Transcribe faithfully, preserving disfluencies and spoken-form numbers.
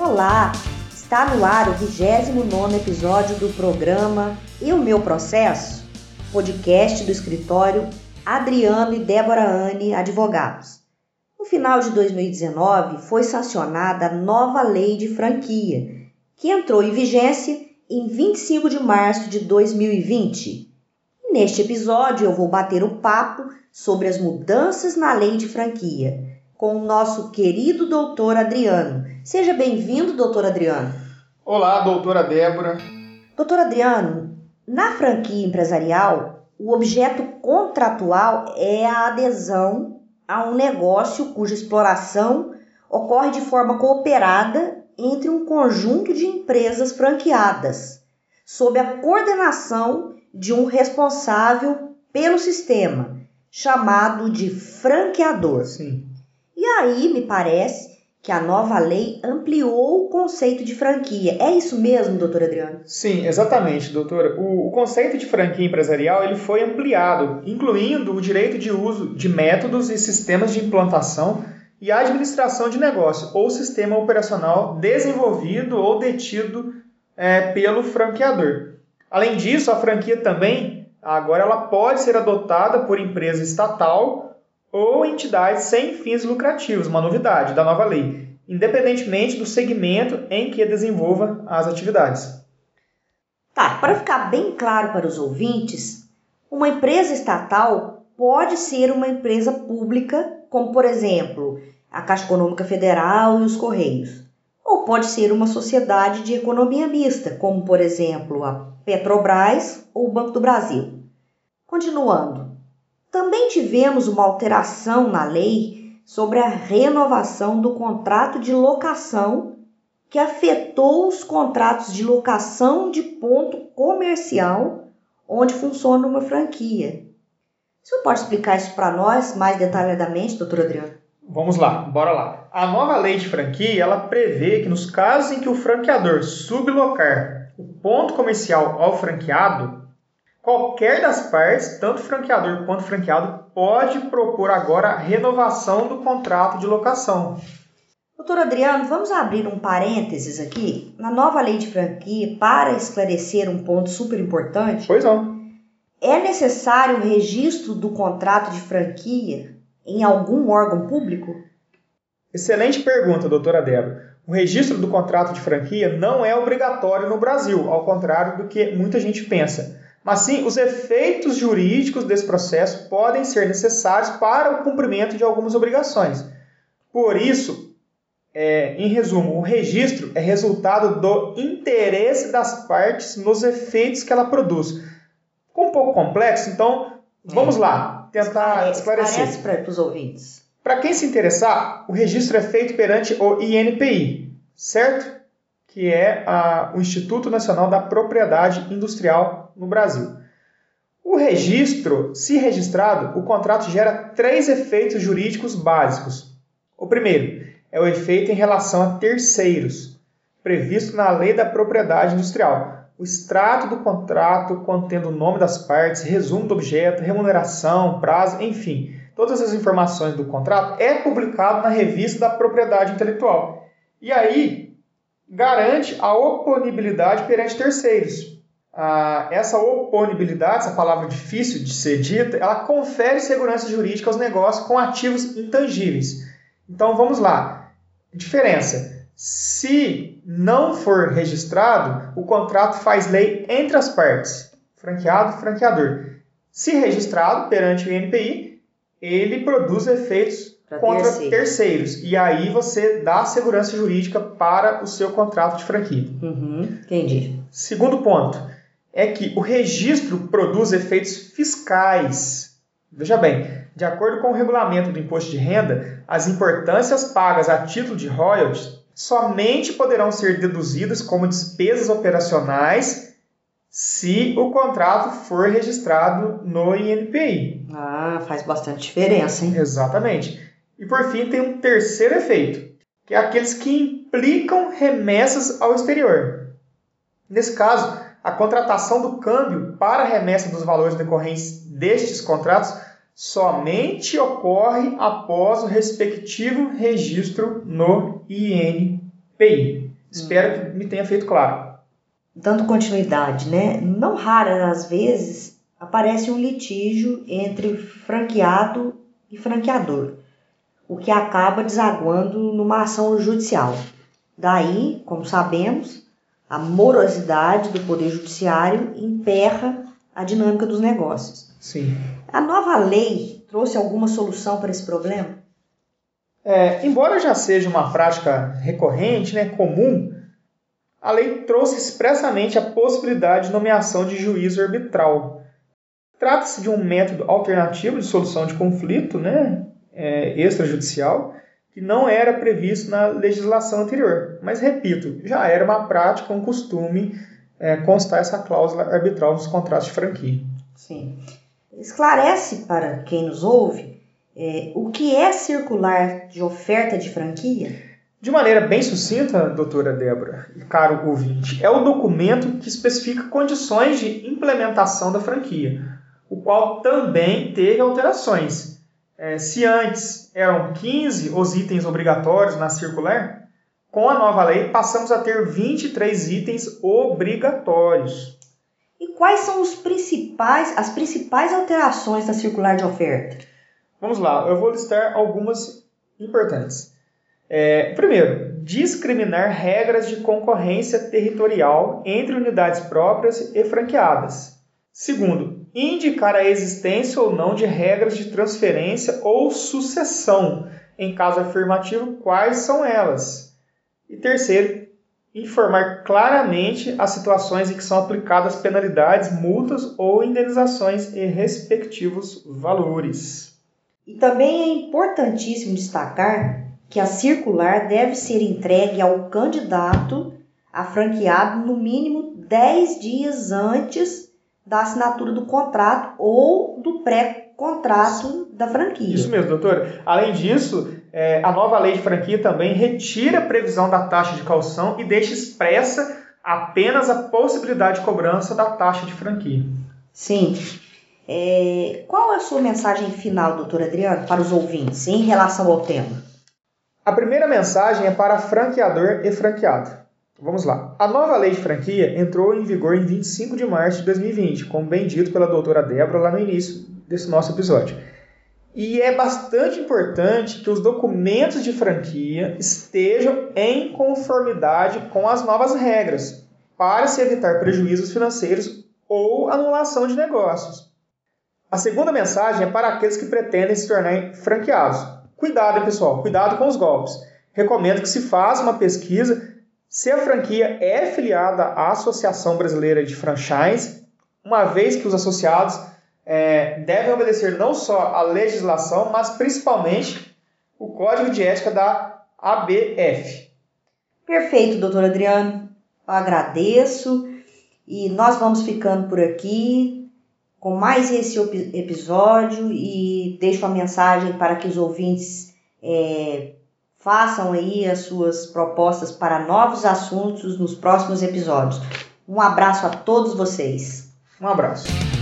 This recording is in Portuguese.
Olá! Está no ar o vigésimo nono episódio do programa E o Meu Processo? Podcast do escritório Adriano e Débora Anne Advogados. No final de dois mil e dezenove, foi sancionada a nova lei de franquia, que entrou em vigência em vinte e cinco de março de dois mil e vinte. Neste episódio, eu vou bater o papo sobre as mudanças na lei de franquia, com o nosso querido doutor Adriano. Seja bem-vindo, doutor Adriano. Olá, doutora Débora. Doutor Adriano, na franquia empresarial, o objeto contratual é a adesão a um negócio cuja exploração ocorre de forma cooperada entre um conjunto de empresas franqueadas, sob a coordenação de um responsável pelo sistema, chamado de franqueador. Sim. E aí, me parece que a nova lei ampliou o conceito de franquia. É isso mesmo, doutor Adriano? Sim, exatamente, doutora. O, o conceito de franquia empresarial ele foi ampliado, incluindo o direito de uso de métodos e sistemas de implantação e administração de negócio, ou sistema operacional desenvolvido ou detido é, pelo franqueador. Além disso, a franquia também, agora ela pode ser adotada por empresa estatal ou entidades sem fins lucrativos, uma novidade da nova lei, independentemente do segmento em que desenvolva as atividades. Tá, para ficar bem claro para os ouvintes, uma empresa estatal pode ser uma empresa pública, como por exemplo, a Caixa Econômica Federal e os Correios. Ou pode ser uma sociedade de economia mista, como por exemplo a Petrobras ou o Banco do Brasil. Continuando. Também tivemos uma alteração na lei sobre a renovação do contrato de locação que afetou os contratos de locação de ponto comercial onde funciona uma franquia. O senhor pode explicar isso para nós mais detalhadamente, doutor Adriano? Vamos lá, bora lá. A nova lei de franquia, ela prevê que nos casos em que o franqueador sublocar o ponto comercial ao franqueado, qualquer das partes, tanto franqueador quanto franqueado, pode propor agora a renovação do contrato de locação. Doutor Adriano, vamos abrir um parênteses aqui. Na nova lei de franquia, para esclarecer um ponto super importante, Pois não. é necessário o registro do contrato de franquia em algum órgão público? Excelente pergunta, doutora Débora. O registro do contrato de franquia não é obrigatório no Brasil, ao contrário do que muita gente pensa. Mas sim, os efeitos jurídicos desse processo podem ser necessários para o cumprimento de algumas obrigações. Por isso, é, em resumo, o registro é resultado do interesse das partes nos efeitos que ela produz. Ficou um pouco complexo, então vamos lá, tentar esclarecer. Esclarece para os ouvintes. Para quem se interessar, o registro é feito perante o I N P I, certo? Que é a, o Instituto Nacional da Propriedade Industrial no Brasil. O registro, se registrado, o contrato gera três efeitos jurídicos básicos. O primeiro é o efeito em relação a terceiros, previsto na Lei da Propriedade Industrial. O extrato do contrato contendo o nome das partes, resumo do objeto, remuneração, prazo, enfim, todas as informações do contrato é publicado na Revista da Propriedade Intelectual. E aí, garante a oponibilidade perante terceiros. Ah, essa oponibilidade, essa palavra difícil de ser dita, ela confere segurança jurídica aos negócios com ativos intangíveis. Então, vamos lá. Diferença. Se não for registrado, o contrato faz lei entre as partes, franqueado e franqueador. Se registrado perante o I N P I, ele produz efeitos Pra contra terceiro. terceiros. E aí você dá segurança jurídica para o seu contrato de franquia. Uhum, entendi. Segundo ponto é que o registro produz efeitos fiscais. Veja bem, de acordo com o regulamento do imposto de renda, as importâncias pagas a título de royalties somente poderão ser deduzidas como despesas operacionais se o contrato for registrado no I N P I. Ah, faz bastante diferença, hein? Exatamente. E por fim tem um terceiro efeito, que é aqueles que implicam remessas ao exterior. Nesse caso, a contratação do câmbio para a remessa dos valores decorrentes destes contratos somente ocorre após o respectivo registro no I N P I. Espero que me tenha feito claro. Dando continuidade, né? Não raras às vezes aparece um litígio entre franqueado e franqueador, o que acaba desaguando numa ação judicial. Daí, como sabemos, a morosidade do Poder Judiciário emperra a dinâmica dos negócios. Sim. A nova lei trouxe alguma solução para esse problema? É, embora já seja uma prática recorrente, né, comum, a lei trouxe expressamente a possibilidade de nomeação de juízo arbitral. Trata-se de um método alternativo de solução de conflito, né, é, extrajudicial, que não era previsto na legislação anterior. Mas, repito, já era uma prática, um costume é, constar essa cláusula arbitral nos contratos de franquia. Sim. Esclarece para quem nos ouve é, o que é circular de oferta de franquia? De maneira bem sucinta, doutora Débora e caro ouvinte, é o documento que especifica condições de implementação da franquia, o qual também teve alterações. É, se antes eram quinze os itens obrigatórios na circular, com a nova lei passamos a ter vinte e três itens obrigatórios. E quais são os principais, as principais alterações da circular de oferta? Vamos lá, eu vou listar algumas importantes. É, primeiro, discriminar regras de concorrência territorial entre unidades próprias e franqueadas. Segundo, indicar a existência ou não de regras de transferência ou sucessão. Em caso afirmativo, quais são elas? E terceiro, informar claramente as situações em que são aplicadas penalidades, multas ou indenizações e respectivos valores. E também é importantíssimo destacar que a circular deve ser entregue ao candidato a franqueado no mínimo dez dias antes da assinatura do contrato ou do pré-contrato da franquia. Isso mesmo, doutora. Além disso, é, a nova lei de franquia também retira a previsão da taxa de caução e deixa expressa apenas a possibilidade de cobrança da taxa de franquia. Sim. É, qual é a sua mensagem final, doutor Adriano, para os ouvintes em relação ao tema? A primeira mensagem é para franqueador e franqueado. Vamos lá. A nova lei de franquia entrou em vigor em vinte e cinco de março de dois mil e vinte, como bem dito pela doutora Débora lá no início desse nosso episódio. E é bastante importante que os documentos de franquia estejam em conformidade com as novas regras, para se evitar prejuízos financeiros ou anulação de negócios. A segunda mensagem é para aqueles que pretendem se tornar franqueados. Cuidado, hein, pessoal, cuidado com os golpes. Recomendo que se faça uma pesquisa se a franquia é filiada à Associação Brasileira de Franchise, uma vez que os associados é, devem obedecer não só a legislação, mas principalmente o Código de Ética da A B F. Perfeito, doutor Adriano. Eu agradeço e nós vamos ficando por aqui com mais esse episódio e deixo a mensagem para que os ouvintes é, façam aí as suas propostas para novos assuntos nos próximos episódios. Um abraço a todos vocês. Um abraço.